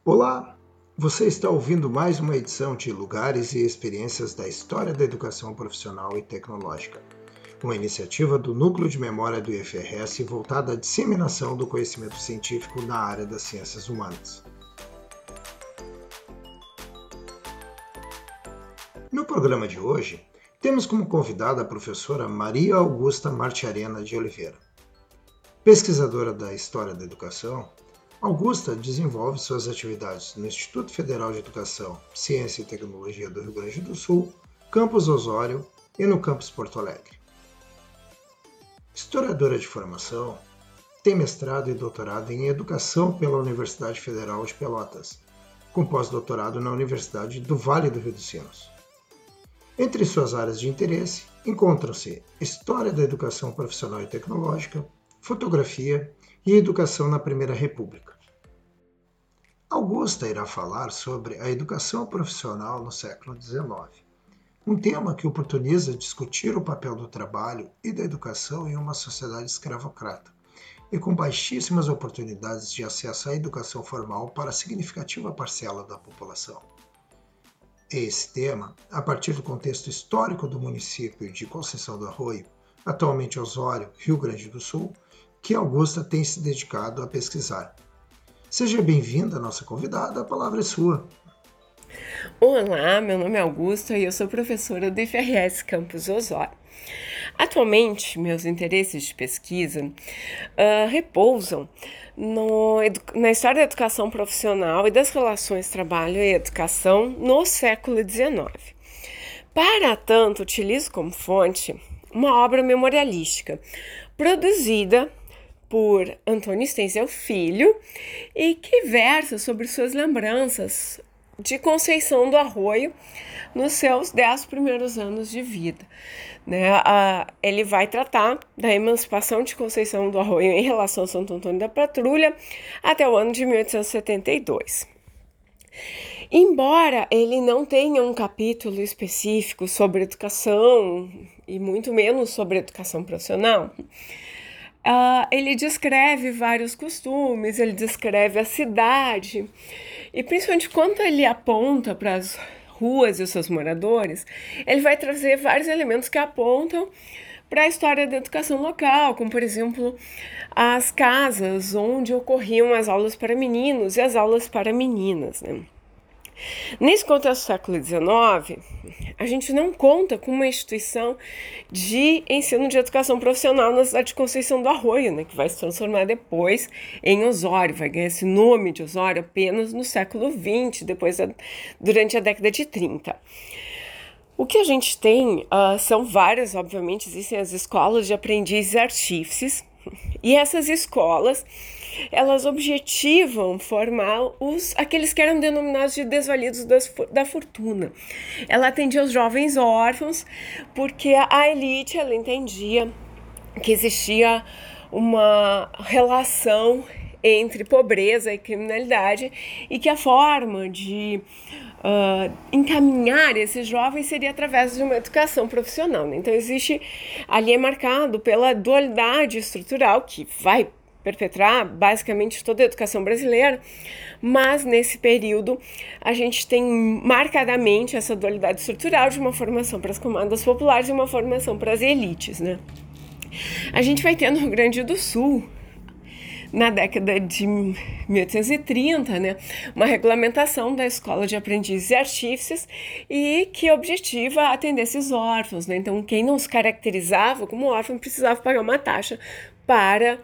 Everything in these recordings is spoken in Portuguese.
Olá, você está ouvindo mais uma edição de Lugares e Experiências da História da Educação Profissional e Tecnológica, uma iniciativa do Núcleo de Memória do IFRS voltada à disseminação do conhecimento científico na área das ciências humanas. No programa de hoje, temos como convidada a professora Maria Augusta Martiarena de Oliveira. Pesquisadora da História da Educação, Augusta desenvolve suas atividades no Instituto Federal de Educação, Ciência e Tecnologia do Rio Grande do Sul, Campus Osório e no Campus Porto Alegre. Historiadora de formação, tem mestrado e doutorado em Educação pela Universidade Federal de Pelotas, com pós-doutorado na Universidade do Vale do Rio dos Sinos. Entre suas áreas de interesse encontram-se História da Educação Profissional e Tecnológica, Fotografia e Educação na Primeira República. Augusta irá falar sobre a educação profissional no século XIX, um tema que oportuniza discutir o papel do trabalho e da educação em uma sociedade escravocrata e com baixíssimas oportunidades de acesso à educação formal para significativa parcela da população. Esse tema, a partir do contexto histórico do município de Conceição do Arroio, atualmente Osório, Rio Grande do Sul, que Augusta tem se dedicado a pesquisar. Seja bem-vinda, nossa convidada, a palavra é sua. Olá, meu nome é Augusta e eu sou professora do IFRS Campus Osório. Atualmente, meus interesses de pesquisa repousam na história da educação profissional e das relações trabalho e educação no século XIX. Para tanto, utilizo como fonte uma obra memorialística produzida por Antônio Stenzel Filho e que versa sobre suas lembranças de Conceição do Arroio nos seus 10 primeiros anos de vida. Ele vai tratar da emancipação de Conceição do Arroio em relação a Santo Antônio da Patrulha até o ano de 1872. Embora ele não tenha um capítulo específico sobre educação e muito menos sobre educação profissional, ele descreve vários costumes, ele descreve a cidade e principalmente quando ele aponta para as ruas e os seus moradores, ele vai trazer vários elementos que apontam para a história da educação local, como por exemplo as casas onde ocorriam as aulas para meninos e as aulas para meninas, Nesse contexto do século XIX, a gente não conta com uma instituição de ensino de educação profissional na cidade de Conceição do Arroio, que vai se transformar depois em Osório, vai ganhar esse nome de Osório apenas no século XX, durante a década de 30. O que a gente tem são várias, obviamente, existem as escolas de aprendizes e artífices, e essas escolas elas objetivam formar aqueles que eram denominados de desvalidos da fortuna. Ela atendia os jovens órfãos porque a elite ela entendia que existia uma relação entre pobreza e criminalidade e que a forma de encaminhar esses jovens seria através de uma educação profissional. Então ali é marcado pela dualidade estrutural que vai perpetrar basicamente toda a educação brasileira, mas nesse período a gente tem marcadamente essa dualidade estrutural de uma formação para as camadas populares e uma formação para as elites, A gente vai ter no Rio Grande do Sul, na década de 1830, uma regulamentação da escola de aprendizes e artífices e que objetiva atender esses órfãos, Então, quem não se caracterizava como órfão precisava pagar uma taxa para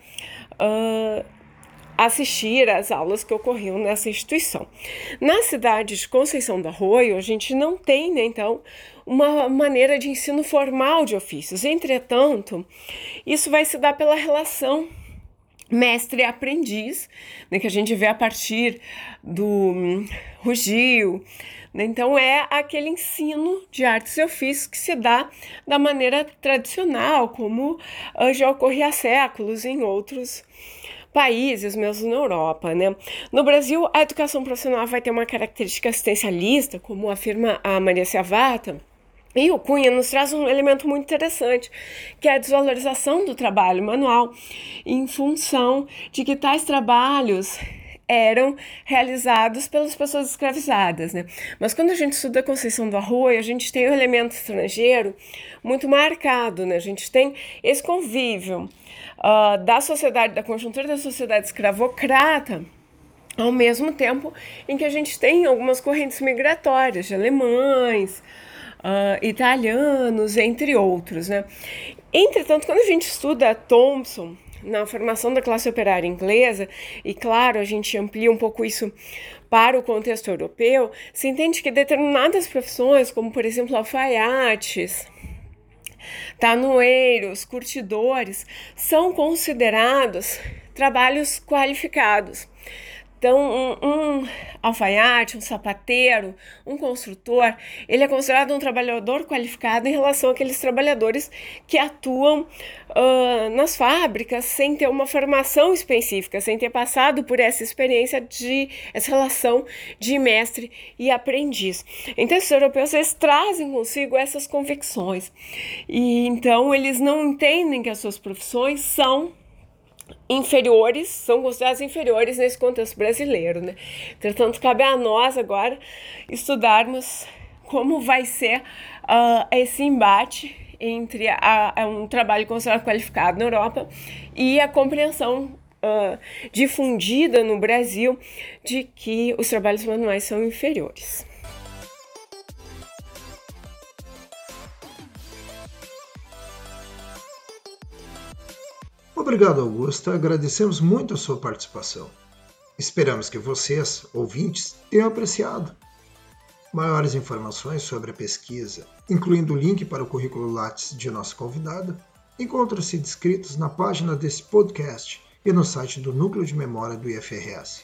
assistir às aulas que ocorriam nessa instituição. Na cidade de Conceição do Arroio, a gente não tem, então, uma maneira de ensino formal de ofícios. Entretanto, isso vai se dar pela relação mestre e aprendiz, que a gente vê a partir do Rugio. Então, é aquele ensino de artes e ofícios que se dá da maneira tradicional, como já ocorria há séculos em outros países, mesmo na Europa, No Brasil, a educação profissional vai ter uma característica assistencialista, como afirma a Maria Ciavata, e o Cunha nos traz um elemento muito interessante, que é a desvalorização do trabalho manual, em função de que tais trabalhos eram realizados pelas pessoas escravizadas, né? Mas quando a gente estuda a Conceição do Arroio, a gente tem o elemento estrangeiro muito marcado, né? A gente tem esse convívio da sociedade, da conjuntura da sociedade escravocrata, ao mesmo tempo em que a gente tem algumas correntes migratórias de alemães, italianos, entre outros, né? Entretanto, quando a gente estuda Thompson na formação da classe operária inglesa, e claro, a gente amplia um pouco isso para o contexto europeu, se entende que determinadas profissões, como por exemplo alfaiates, tanoeiros, curtidores, são considerados trabalhos qualificados. Então, um alfaiate, um sapateiro, um construtor, ele é considerado um trabalhador qualificado em relação àqueles trabalhadores que atuam nas fábricas sem ter uma formação específica, sem ter passado por essa experiência essa relação de mestre e aprendiz. Então, esses europeus, eles trazem consigo essas convicções. E então, eles não entendem que as suas profissões são consideradas inferiores nesse contexto brasileiro, né? Portanto, cabe a nós agora estudarmos como vai ser esse embate entre um trabalho considerado qualificado na Europa e a compreensão difundida no Brasil de que os trabalhos manuais são inferiores. Obrigado, Augusta. Agradecemos muito a sua participação. Esperamos que vocês, ouvintes, tenham apreciado. Maiores informações sobre a pesquisa, incluindo o link para o currículo Lattes de nossa convidada, encontram-se descritos na página desse podcast e no site do Núcleo de Memória do IFRS.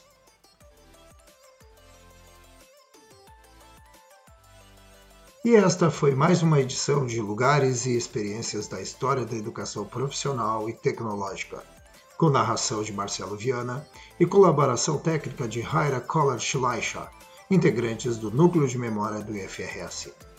E esta foi mais uma edição de Lugares e Experiências da História da Educação Profissional e Tecnológica, com narração de Marcelo Viana e colaboração técnica de Raira Koller-Schleicher, integrantes do Núcleo de Memória do IFRS.